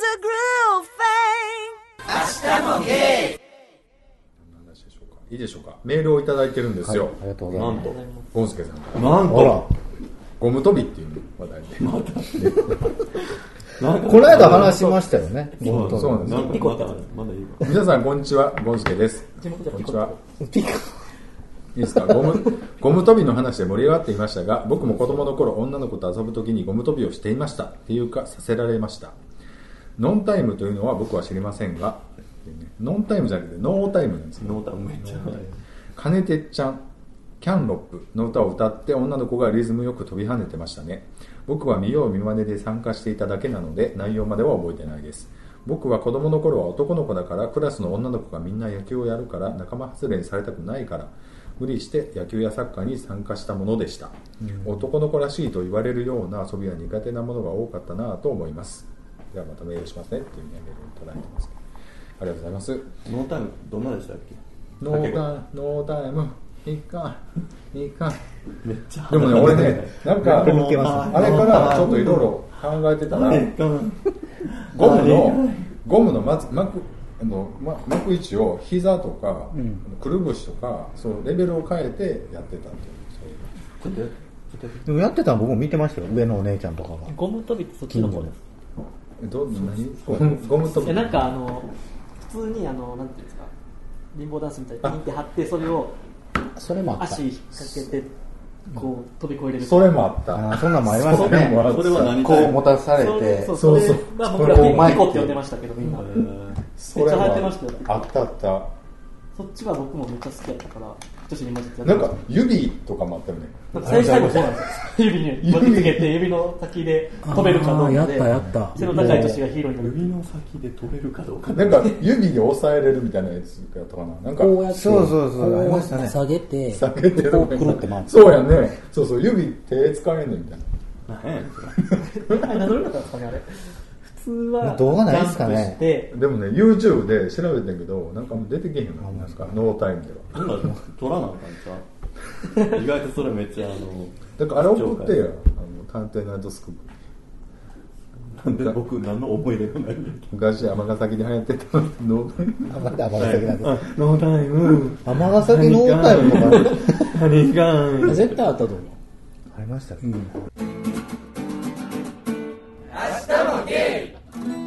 a groove thing. 明日もゲイ。何でしょうか。いいでしょうか。メールをいただいてるんですよ。 はい、ありがとうございます。 なんとゴンスケさんからなんとゴム跳びっていう話題でまたこの間話しましたよね。 そうなんですよ。 まだいいわ。 皆さんこんにちは、ゴンスケです。こんにちは。いいですか。ゴム跳びの話で盛り上がっていましたが、僕も子供の頃女の子と遊ぶときにゴム跳びをしていました。っていうかさせられました。ノンタイムというのは僕は知りませんが、ノンタイムじゃなくてノータイムなんですよ。 ノータイムめっちゃ金てっちゃんキャンロップの歌を歌って女の子がリズムよく飛び跳ねてましたね。僕は見よう見まねで参加していただけなので内容までは覚えてないです。僕は子供の頃は男の子だから、クラスの女の子がみんな野球をやるから仲間外れにされたくないから無理して野球やサッカーに参加したものでした。男の子らしいと言われるような遊びは苦手なものが多かったなと思います。ではまたメールしますねっていうメールをいただいてます。ありがとうございます。 ノータイムどんなでしたっけ？ ノータイムいいかめっちゃでもね、俺ね、なんかあれからちょっといろいろ考えてたら、ゴムの巻く位置を膝とか、くるぶしとか、そうレベルを変えてやってたっていう。 でもやってたの僕も見てましたよ。上のお姉ちゃんとかが。 ゴム跳びってそっちの方です。 何？ゴム跳び。 なんか普通になんていうんですか、リンボーダンスみたいにピンって張ってそれをそれもあった。 足引っ掛けてこう飛び越えれる。 それもあった。 そんなんもありましたね。 それは何？ こう持たされて。 そう。僕らピコって呼んでましたけどみんな。めっちゃ流行ってましたよ。 あった。 そっちは僕もめっちゃ好きだったから女子に混ぜてやってなんか指とかもあったよね。 最後そうなんですよ。指に巻きつけて指の先で飛べるかどうかで。 やった。 背の高い女子がヒーローになる。 指の先で飛べるかどうか。 なんか指で押さえれるみたいなやつやったかな。なんかこうやってそうありましたね。下げてこうくるって回って。 そうやね。そう指手使えんねんみたいな。 何乗るんだったんですかねあれ。普通は動画ないですかね。 でもね YouTube で調べてんけどなんかもう出てけへんのなんですかノータイムでは。 なんか取らなあかんちゃう。意外とそれめっちゃだからあれ送ってや探偵ナイトスクープ。 なんで僕何の思い出もない。 昔尼崎で流行ってたノータイム。 尼崎なんです。 ノータイム。 尼崎ノータイムとか何が絶対あったと思う。 ありましたね。 明日もゲイ。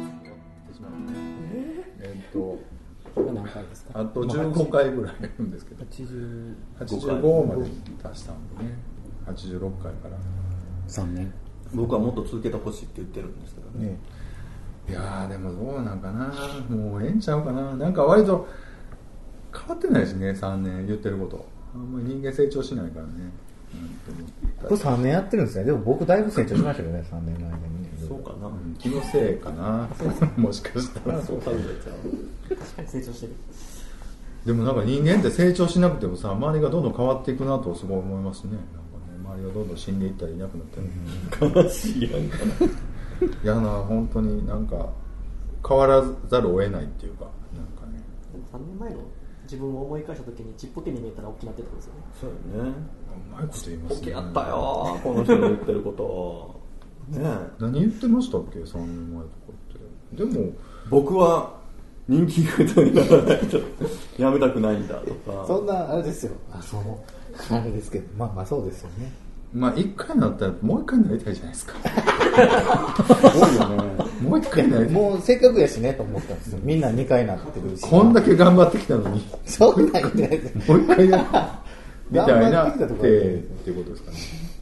何回ですか？ あと15回ぐらいやるんですけど85まで達したんでね。86回から 3年。 僕はもっと続けてほしいって言ってるんですけどね。 いやーでもどうなんかな。もうええんちゃうかな。なんか割と変わってないしね。3年言ってることあんまり人間成長しないからね。 これ3年やってるんですね。でも僕だいぶ成長しましたけどね、3年の間にね。 そうかな。 気のせいかな。もしかしたらそう考えちゃう。 確かに成長してる。 でもなんか人間って成長しなくてもさ、周りがどんどん変わっていくなとすごい思いますね。なんかね、周りがどんどん死んでいったりいなくなったり、 悲しいやんか。 いやな、本当になんか変わらざるを得ないっていうか、なんかね。 でも3年前の自分を思い返した時にちっぽけに見えたら大きなってことですよね。 そうよね。 うまいこと言いますね。 大きやったよこの人の言ってることね。 何言ってましたっけ3年前とかって。でも僕は人気がにならないとやめたくないんだとか。 そんなあれですよ。あれですけど、まあそうですよね。 まあ一回なったらもう一回なりたいじゃないですか。 多いよね。 もう一回なりたい。 もうせっかくやしねと思ったんですよ。みんな2回なってるし。 こんだけ頑張ってきたのにそんなん言ってないです。 もう一回やみたいなっていうことですかね。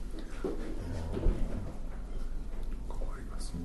変わりますね。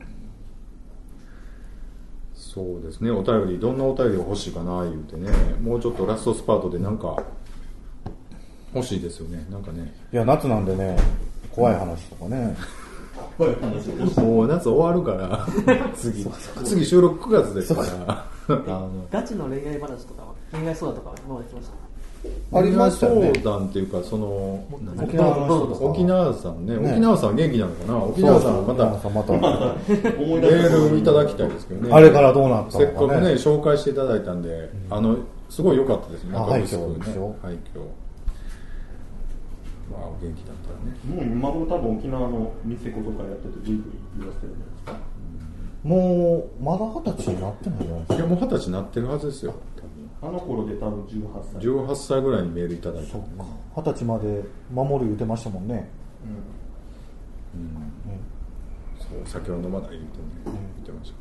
そうですね。お便りどんなお便りが欲しいかな言うてね。もうちょっとラストスパートでなんか欲しいですよね。なんかね。 いや夏なんでね、怖い話とかね。 もう夏終わるから次収録9月ですからガチの恋愛話とかは恋愛相談とかは今まで来ました。 ありましたよね。 相談っていうかその沖縄の人とか。 沖縄さんね。沖縄さん元気なのかな。沖縄さんまたメールいただきたいですけどね。 あれからどうなったのかね。 せっかくね紹介していただいたんで、すごい良かったですね。 廃墟でしょ。 廃墟。まあお元気だったらね。 もう今頃多分沖縄の店子とかやっててブイブイ言わせてるんじゃないですか。 もうまだ20歳になってないじゃないですか。 いやもう20歳になってるはずですよあの頃で多分18歳。 18歳ぐらいにメールいただいたそっか、20歳まで守る言ってましたもんね。 そう酒は飲まない言ってね、言ってました、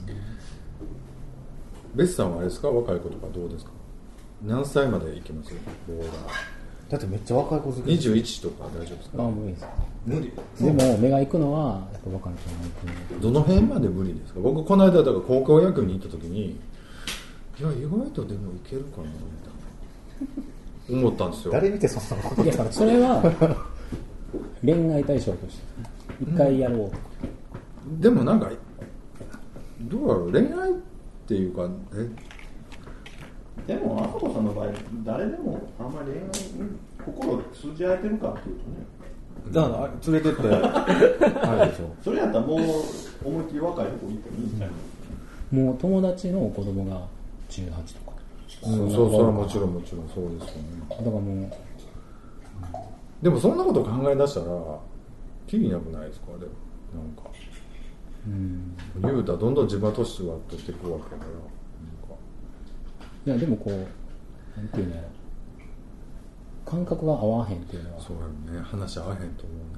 ベスさんはあれですか、若い子とかどうですか、何歳までいきます？ボーダーだってめっちゃ若い子好き 21とか大丈夫ですか？ 無理です。 無理。 でも目が行くのはやっぱ若い人が行く。 どの辺まで無理ですか？僕この間だから高校野球に行った時に、いや意外とでもいけるかなみたいな思ったんですよ。 誰見てそんなこといやそれは恋愛対象として一回やろうとか、 でもなんかどうだろう、恋愛っていうかでもあさこさんの場合誰でもあんまり恋愛心通じ合えてるかっていうとね、 だから連れてってあれでしょ。 それやったらもう思いっきり若いとこ行ってもいいんじゃないの、 もう友達の子供が18とか、 そうそれはもちろんそうですよね。 だからもうでもそんなこと考え出したらきりなくないですか？でもなんか言うたらどんどん自分は年は取っていくわけだから、 いやでもこうなんていうのやろ、感覚が合わへんっていうのはそうやね、話合わへんと思うね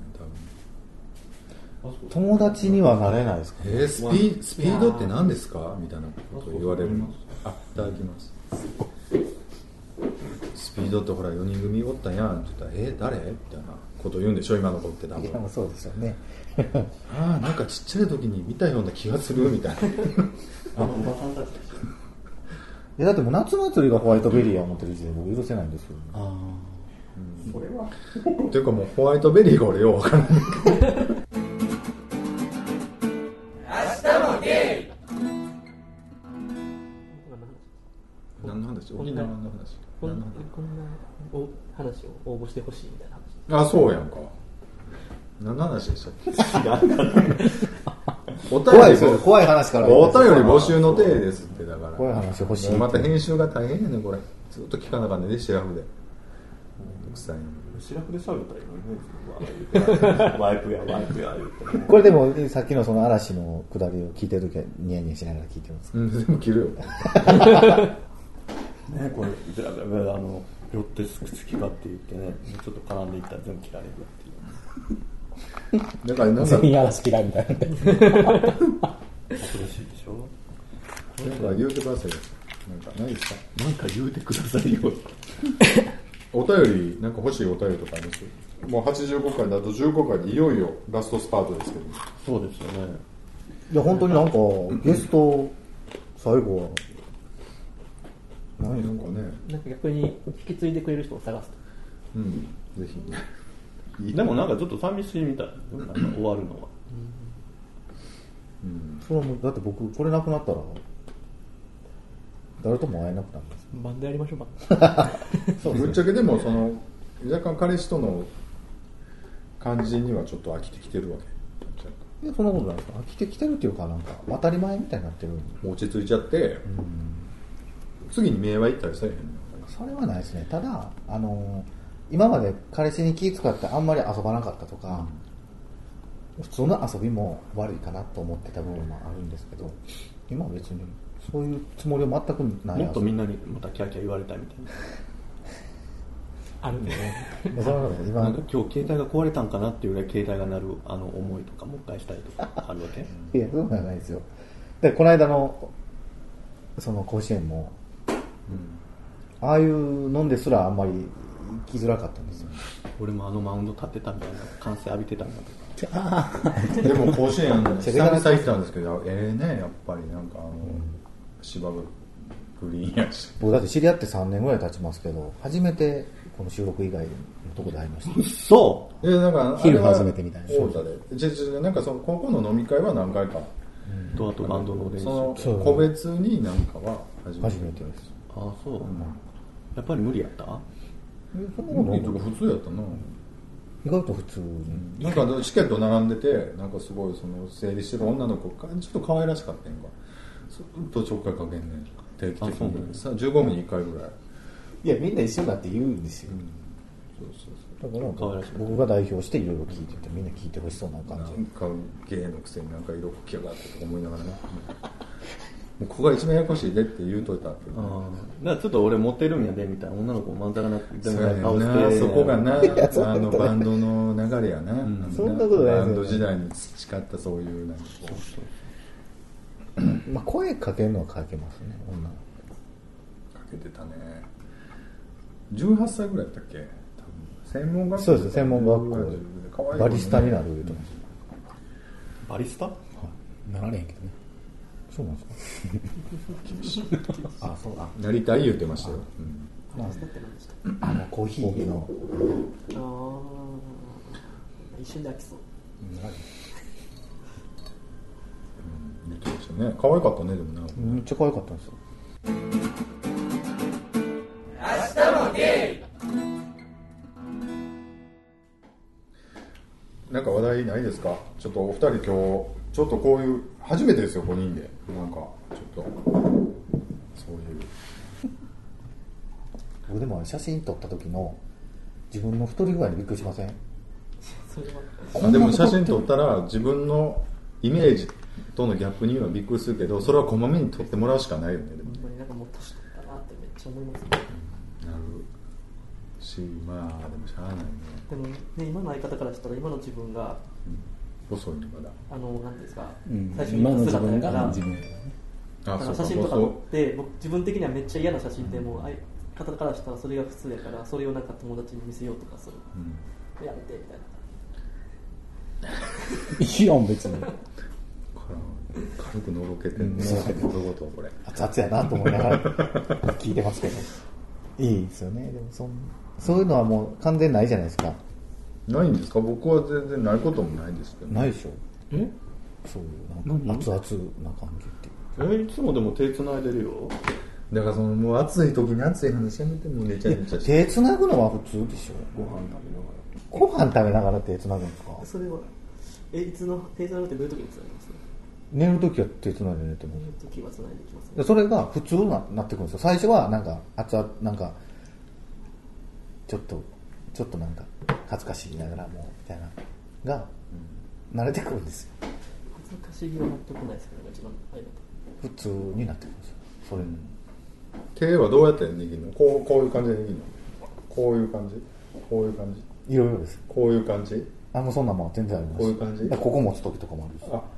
多分。 友達にはなれないですか？ スピードって何ですかみたいなことを言われる。あ、いただきます。スピードってほら4人組おったやんって言ったら誰みたいなことを言うんでしょ今の子って多分。 いやもうそうですよね。 ああなんかちっちゃい時に見たような気がするみたいな。 あのおばさんたちいやだってもう夏祭りがホワイトベリーや思ってる時点で僕許せないんですよ。 それはっていうかもうホワイトベリーが俺よう分からない何の話？沖縄の話。 こんなお話を応募してほしいみたいなあ、 話。 そうやんか。何の話でしたっけ？お便怖いですより怖い話から。 お便り募集の体ですってだから。 怖い話欲しい。 もうまた編集が大変やねんこれ。ずっと聞かなかったねシラフで。臭いの。 シラフで喋ったらいいのね。ワイプや言って。 これでもさっきのその嵐のくだりを聞いてるときはニヤニヤしながら聞いてます。 うん、全部切るよ。 ね、これ寄って好きかって言ってね、ちょっと絡んでいったら全部切られるっていう。 だからなんか全員嵐嫌いみたいな恐ろしいでしょ。 なんか言うてくださいよ。なんかないですか？ なんか言うてくださいよ。 お便りなんか欲しいお便りとかあります？もう85回だと15回でいよいよラストスパートですけど。 そうですよね。 いや本当になんかゲスト最後は何ですかね。 なんか逆に引き継いでくれる人を探すと。 うん、ぜひ。 でもなんかちょっと寂しいみたいなんか終わるのは。 それはもうだって僕これなくなったら誰とも会えなくなります。 バンドやりましょうそうぶっちゃけでもその若干彼氏との感じにはちょっと飽きてきてるわけ。 いやそんなことないですか？飽きてきてるっていうかなんか当たり前みたいになってる。 もう落ち着いちゃって、次に目は行ったりされへんの？ それはないですね。ただ今まで彼氏に気使ってあんまり遊ばなかったとか、普通の遊びも悪いかなと思ってた部分もあるんですけど、今は別にそういうつもりは全くない。 もっとみんなにまたキャーキャー言われたいみたいな。 あるんでね。 今なんか今日携帯が壊れたんかなっていうぐらい携帯が鳴る思いとかもう一回したりとかあるわけ。 いやそうじゃないですよ。でこの間のその甲子園も、ああいうのんですらあんまり行きづらかったんですよ。 俺もマウンド立ってたみたいな歓声浴びてたんだとか。 でも甲子園久々行ったんですけどねやっぱりなんか芝がグリーンやし。 僕だって知り合って3年ぐらい経ちますけど初めてこの収録以外のとこで会いました。 そなんか昼初めてみたいな。 大分でなんかその高校の飲み会は何回か、 とあとバンドの練習。 その個別になんかは初初めてです。 ああそう、やっぱり無理やった。 そんなことない普通やったな。 意外と普通に。 なんかチケット並んでてなんかすごいその整理してる女の子がちょっと可愛らしかったんかずっとちょっかいかけんねん定期的にさ15分に1回ぐらい。 いやみんな一緒だって言うんですよ。 そうそうそうだから可愛らしい僕が代表していろいろ聞いててみんな聞いてほしそうな感じ。 なんか芸のくせになんか色吹きやがってとか思いながらねもうここが一番ややこしいでって言うといたけど、 だからちょっと俺モテるんやでみたいな女の子まんざらなくてそうやねん顔しなてそこがなそんなことないバンドの流れやな、 そんなことないですよバンド時代に培ったそういうなんかこうまあ声かけるのはかけますね、女のかけてたね。18歳ぐらいだったっけ、多分専門学校。 そうです、専門学校で可愛い子ねバリスタになる言うてます。 バリスタはいなられへんけどね。そうなんですかあ、そうだ。 なりたい言うてましたよ、 バリスタって何でしたコーヒーの一瞬で飽きそう。 言ってましたね。可愛かったねでもな。 めっちゃ可愛かったんですよ。 なんか話題ないですか。ちょっとお二人今日ちょっとこういう初めてですよ5人でなんかちょっとそういう僕でも写真撮った時の自分の太り具合にびっくりしません？ それはあでも写真撮ったら自分のイメージとのギャップにはびっくりするけどそれはこまめに撮ってもらうしかないよね。でも本当になんかもう年取ったなってめっちゃ思いますね。 なるしまあでもしゃあないね。 でもね今の相方からしたら今の自分が遅いのまだ。 なんていうんですか、 うん最初に今の見自分た姿やからが自分やね。 あそうか写真とかそう撮って僕自分的にはめっちゃ嫌な写真でも相方からしたらそれが普通やからそれをなんか友達に見せようとかする、やめてみたいな。 いいやん別に。 軽くのろけてんのどういうことこれ。 熱々やなと思いながら聞いてますけどいいですよね。でもそういうのはもう完全ないじゃないですか。 ないんですか。僕は全然ないこともないですけど、 ないでしょ。 えそういうなんか熱々な感じっていう。 いつもでも手繋いでるよ。 だからそのもう暑い時に暑い話やめてもう寝ちゃい寝ちゃして手繋ぐのは普通でしょ。ご飯食べながら手繋ぐんですか？ それはいつの手伝うってどういう時につなぎます？ 寝るときは手繋いで寝てます。 寝る時はつないでいきますね。 でそれが普通になってくるんですよ。最初はなんか熱々なんかちょっとなんか恥ずかしいながらもみたいなが慣れてくるんですよ。 恥ずかしげは納得ないですけど一番相方。 普通になってくるんですよ。それ、 手はどうやって握るの。こういう感じで握るの。こういう感じこういう感じいろいろです。 こういう感じ。 もうそんなもん全然あります。 こういう感じ。 ここ持つ時とかもあるし。 あ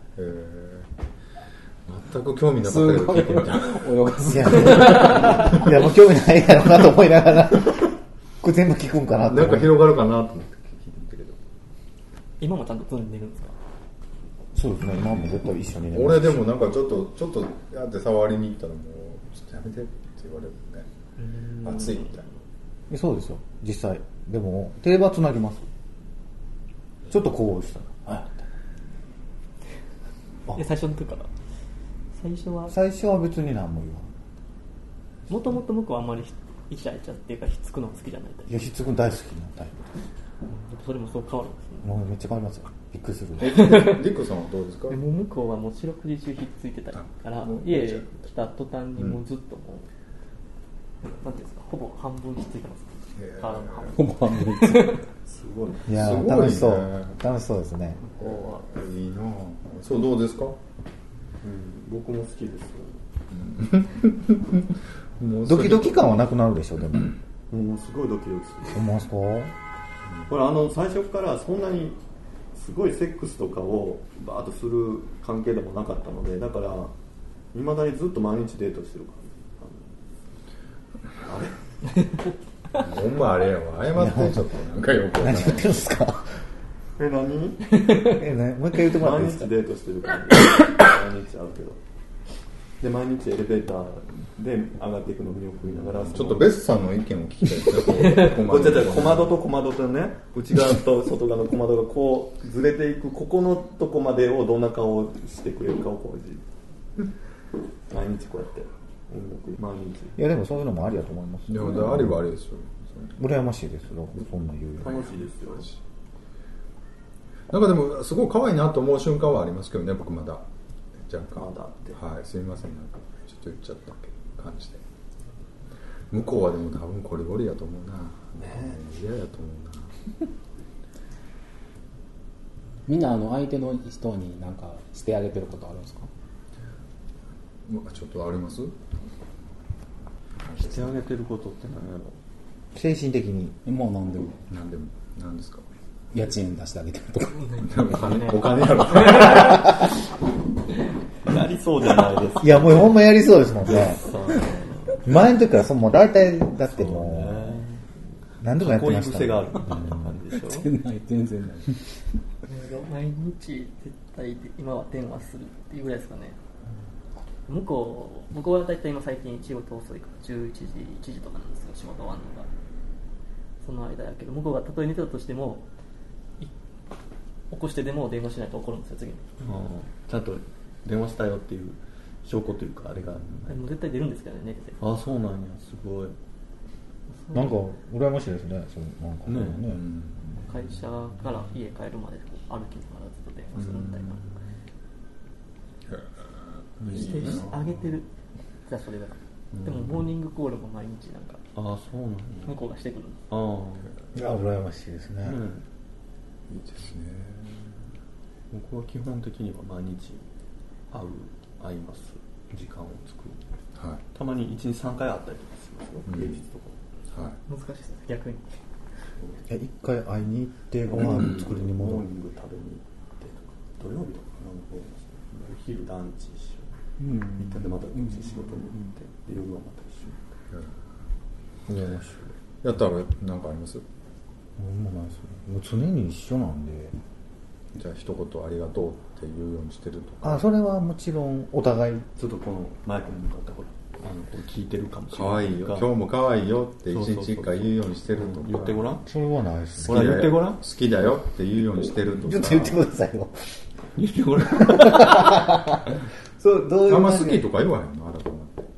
全く興味なかったけど聞いてみた。 泳がす。 いやもう興味ないやろなと思いながらこれ全部聞くんかなってなんか広がるかなと思って聞いてみたけど。 今もちゃんと積んでるんですか？ そうですね。今も絶対一緒に寝ます。 俺でもなんかちょっとやって触りに行ったらもうちょっとやめてって言われるね。暑いみたいな。 そうですよ実際。でも手はつなぎます。ちょっとこうしたら最初の時から最初は別に何も言わもともと僕はあんまりイチャイチャっていうかひっつくのが好きじゃないタイプ。 ない。いやひっつくの大好きなタイそれもそう変わるんですね。 プ。もうめっちゃ変わりますよ。びっくりする。 ディックさんはどうですか。 でも向こうはもう四六時中ひっついてたからもう家来た途端にもうずっともう、なんていうんですか、ほぼ半分ひっついてます、体の半分。 ほぼ半分。 すごいね。 いやすごいね楽しそう楽しそうですね。 こいいなぁ。そうどうですか。 僕も好きですもうドキドキ感はなくなるでしょ。でもよ。もうすごいドキドキする。 思いますか。 これ最初からそんなにすごいセックスとかをバーッとする関係でもなかったので、だからいまだにずっと毎日デートしてる感じ。 ほんまあれやわ。謝ってちょっとなんかよくわからない何言ってるんですか。 何？ もう一回言ってもらっていいですか。 毎日デートしてる感じ。毎日会うけど。で毎日エレベーターで上がっていくのを見送りながら、 ちょっとベスさんの意見を聞きたいですね。 こっちは小窓と小窓とね、内側と外側の小窓がこうずれていく、ここのとこまでをどんな顔をしてくれるかをこう毎日こうやって毎日。 いやでもそういうのもありだと思います。 でもありはありですよ。 羨ましいですよ。そんな言うよ。 楽しいですよ。 なんかでもすごい可愛いなと思う瞬間はありますけどね。僕まだ若干まだってはい、すみません、なんかちょっと言っちゃった感じで。向こうはでも多分これゴリやと思うな。ねえ、嫌やと思うな。 みんな相手の人に何かしてあげてることあるんですか？ ちょっとあります？ してあげてることって何やろ。 精神的にもう何でも。 何でも。何ですか？ 家賃出してあげてるとか。 お金やろ。 やりそうじゃないですか。 いやもうほんまやりそうですもんね。前の時からもう大体だってもう何度もやってました、 囲い癖があるみたいな感じでしょ。 全然ない。 毎日絶対今は電話するっていうぐらいですかね。僕は大体今最近仕事遅いから11時、1時とかなんですよ、仕事終わるのが。その間やけど、向こうがたとえ寝てたとしても、起こしてでも電話しないと怒るんですよ、次に。 ちゃんと電話したよっていう証拠というか、あれが。 もう絶対出るんですからね、寝てて。 ああ、そうなんや、すごい。 なんか羨ましいですね。そうなんかね。 会社から家帰るまで歩きながらずっと電話するみたいな。してあげてる。じゃあそれだから。でもモーニングコールも毎日なんか。 ああ、そうなんや。 向こうがしてくるんです。 あいや羨ましいですね。 いいですね。 僕は基本的には毎日会います。時間を作る。 はい。 たまに1日3回会ったりとかしますよ、平日とか。 はい。 難しいですね、逆に。 一回会いに行ってご飯作りに戻る。 モーニング食べに行ってとか、土曜日とかお昼ランチ一緒に行ったんで、また仕事に行って、で夜はまた一緒に。 羨ましい。 やったら何かあります？ もうないですね。もう常に一緒なんで。 じゃあ一言ありがとうって言うようにしてるとか。 あ、それはもちろんお互い。 ちょっとこのマイクに向かってこれ聞いてるかもしれ可ない。 愛いよ、今日も可愛いよって一日一回言うようにしてるとか。 言ってごらん。 それはないですほら言ってごらん。 好きだよって言うようにしてるとか。 ちょっと言ってくださいよ。 言ってごらん。 そうどういうあんま好きとか言わへんの、あなたも。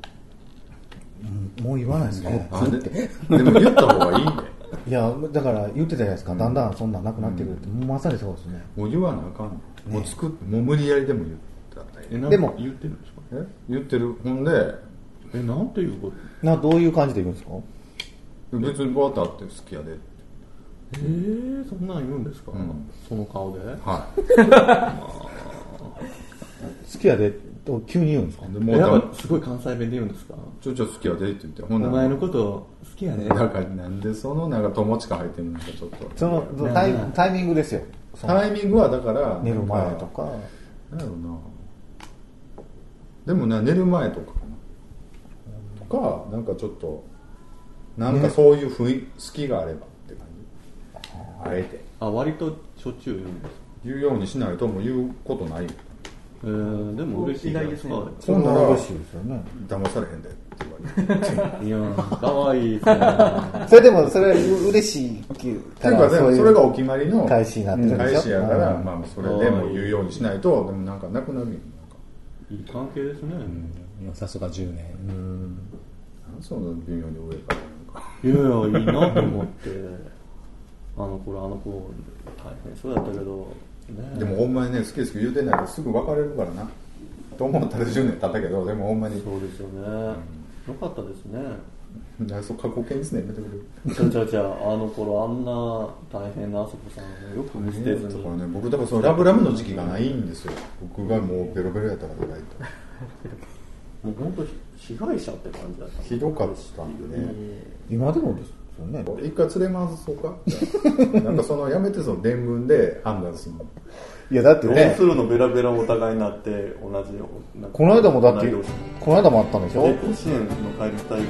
もう言わないですね。 でも言った方がいいね。 いやだから言ってたじゃないですか。だんだんそんなんなくなってくるって、もうまさにそうですね。 もう言わなあかんの。もう作ってもう無理やりでも言ったらいい。 でも言ってるんですか。 言ってる。ほんでなんていうこと。 どういう感じで言うんですか？ 別にバーターって好きやで。 そんなん言うんですか、その顔で。 はい好きやでと急に言うんですか？ でもうすごい関西弁で言うんですか。 ちょ好きやでって言って、ほおんなら前のこと好きやね。 だからなんでそのなんか友近入ってるのかちょっと。 そのタイミングですよ。 タイミングはだから寝る前とか。 なんやろな。でもね、寝る前とかかな。とかなんかちょっとなんかそういう雰囲気好きがあればって感じ。あえて割としょっちゅう言うんです。 言うようにしないともう言うことないよ。 でも嬉しいじゃないですか。 そんな嬉しいですよね。 騙されへんでって言われて。 いや可愛いですね。 それでもそれは嬉しいっていうっていうかでもそれがお決まりの返しになってるんでしょ。 返しやから、まあそれでも言うようにしないとでもなんかなくなるよ。なんかいい関係ですね。 さすが10年。 なんその微妙に上からなんか。 いやいいなと思って。あの子大変そうだったけど。 でもほんまにね好き好き言うてないとすぐ別れるからなと思ったら10年経ったけどでもほんまにそうですよね、よかったですね。 そう過去形にすねやめてくれる。 じゃあの頃あんな大変なあそこさんをよく見捨てずに、 僕だからそのラブラブの時期がないんですよ。僕がもうベロベロやったから意外ともう本当被害者って感じだったひどかったんでね。 今でもですよね。 一回連れ回そうかなんかそのやめてその伝聞で判断するの。 いやだってどうねするのベラベラお互いになって同じこの間もだって同い年この間もあったんでしょ。 甲子園の帰りたい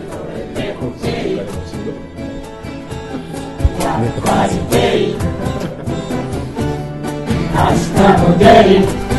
明日もゲイ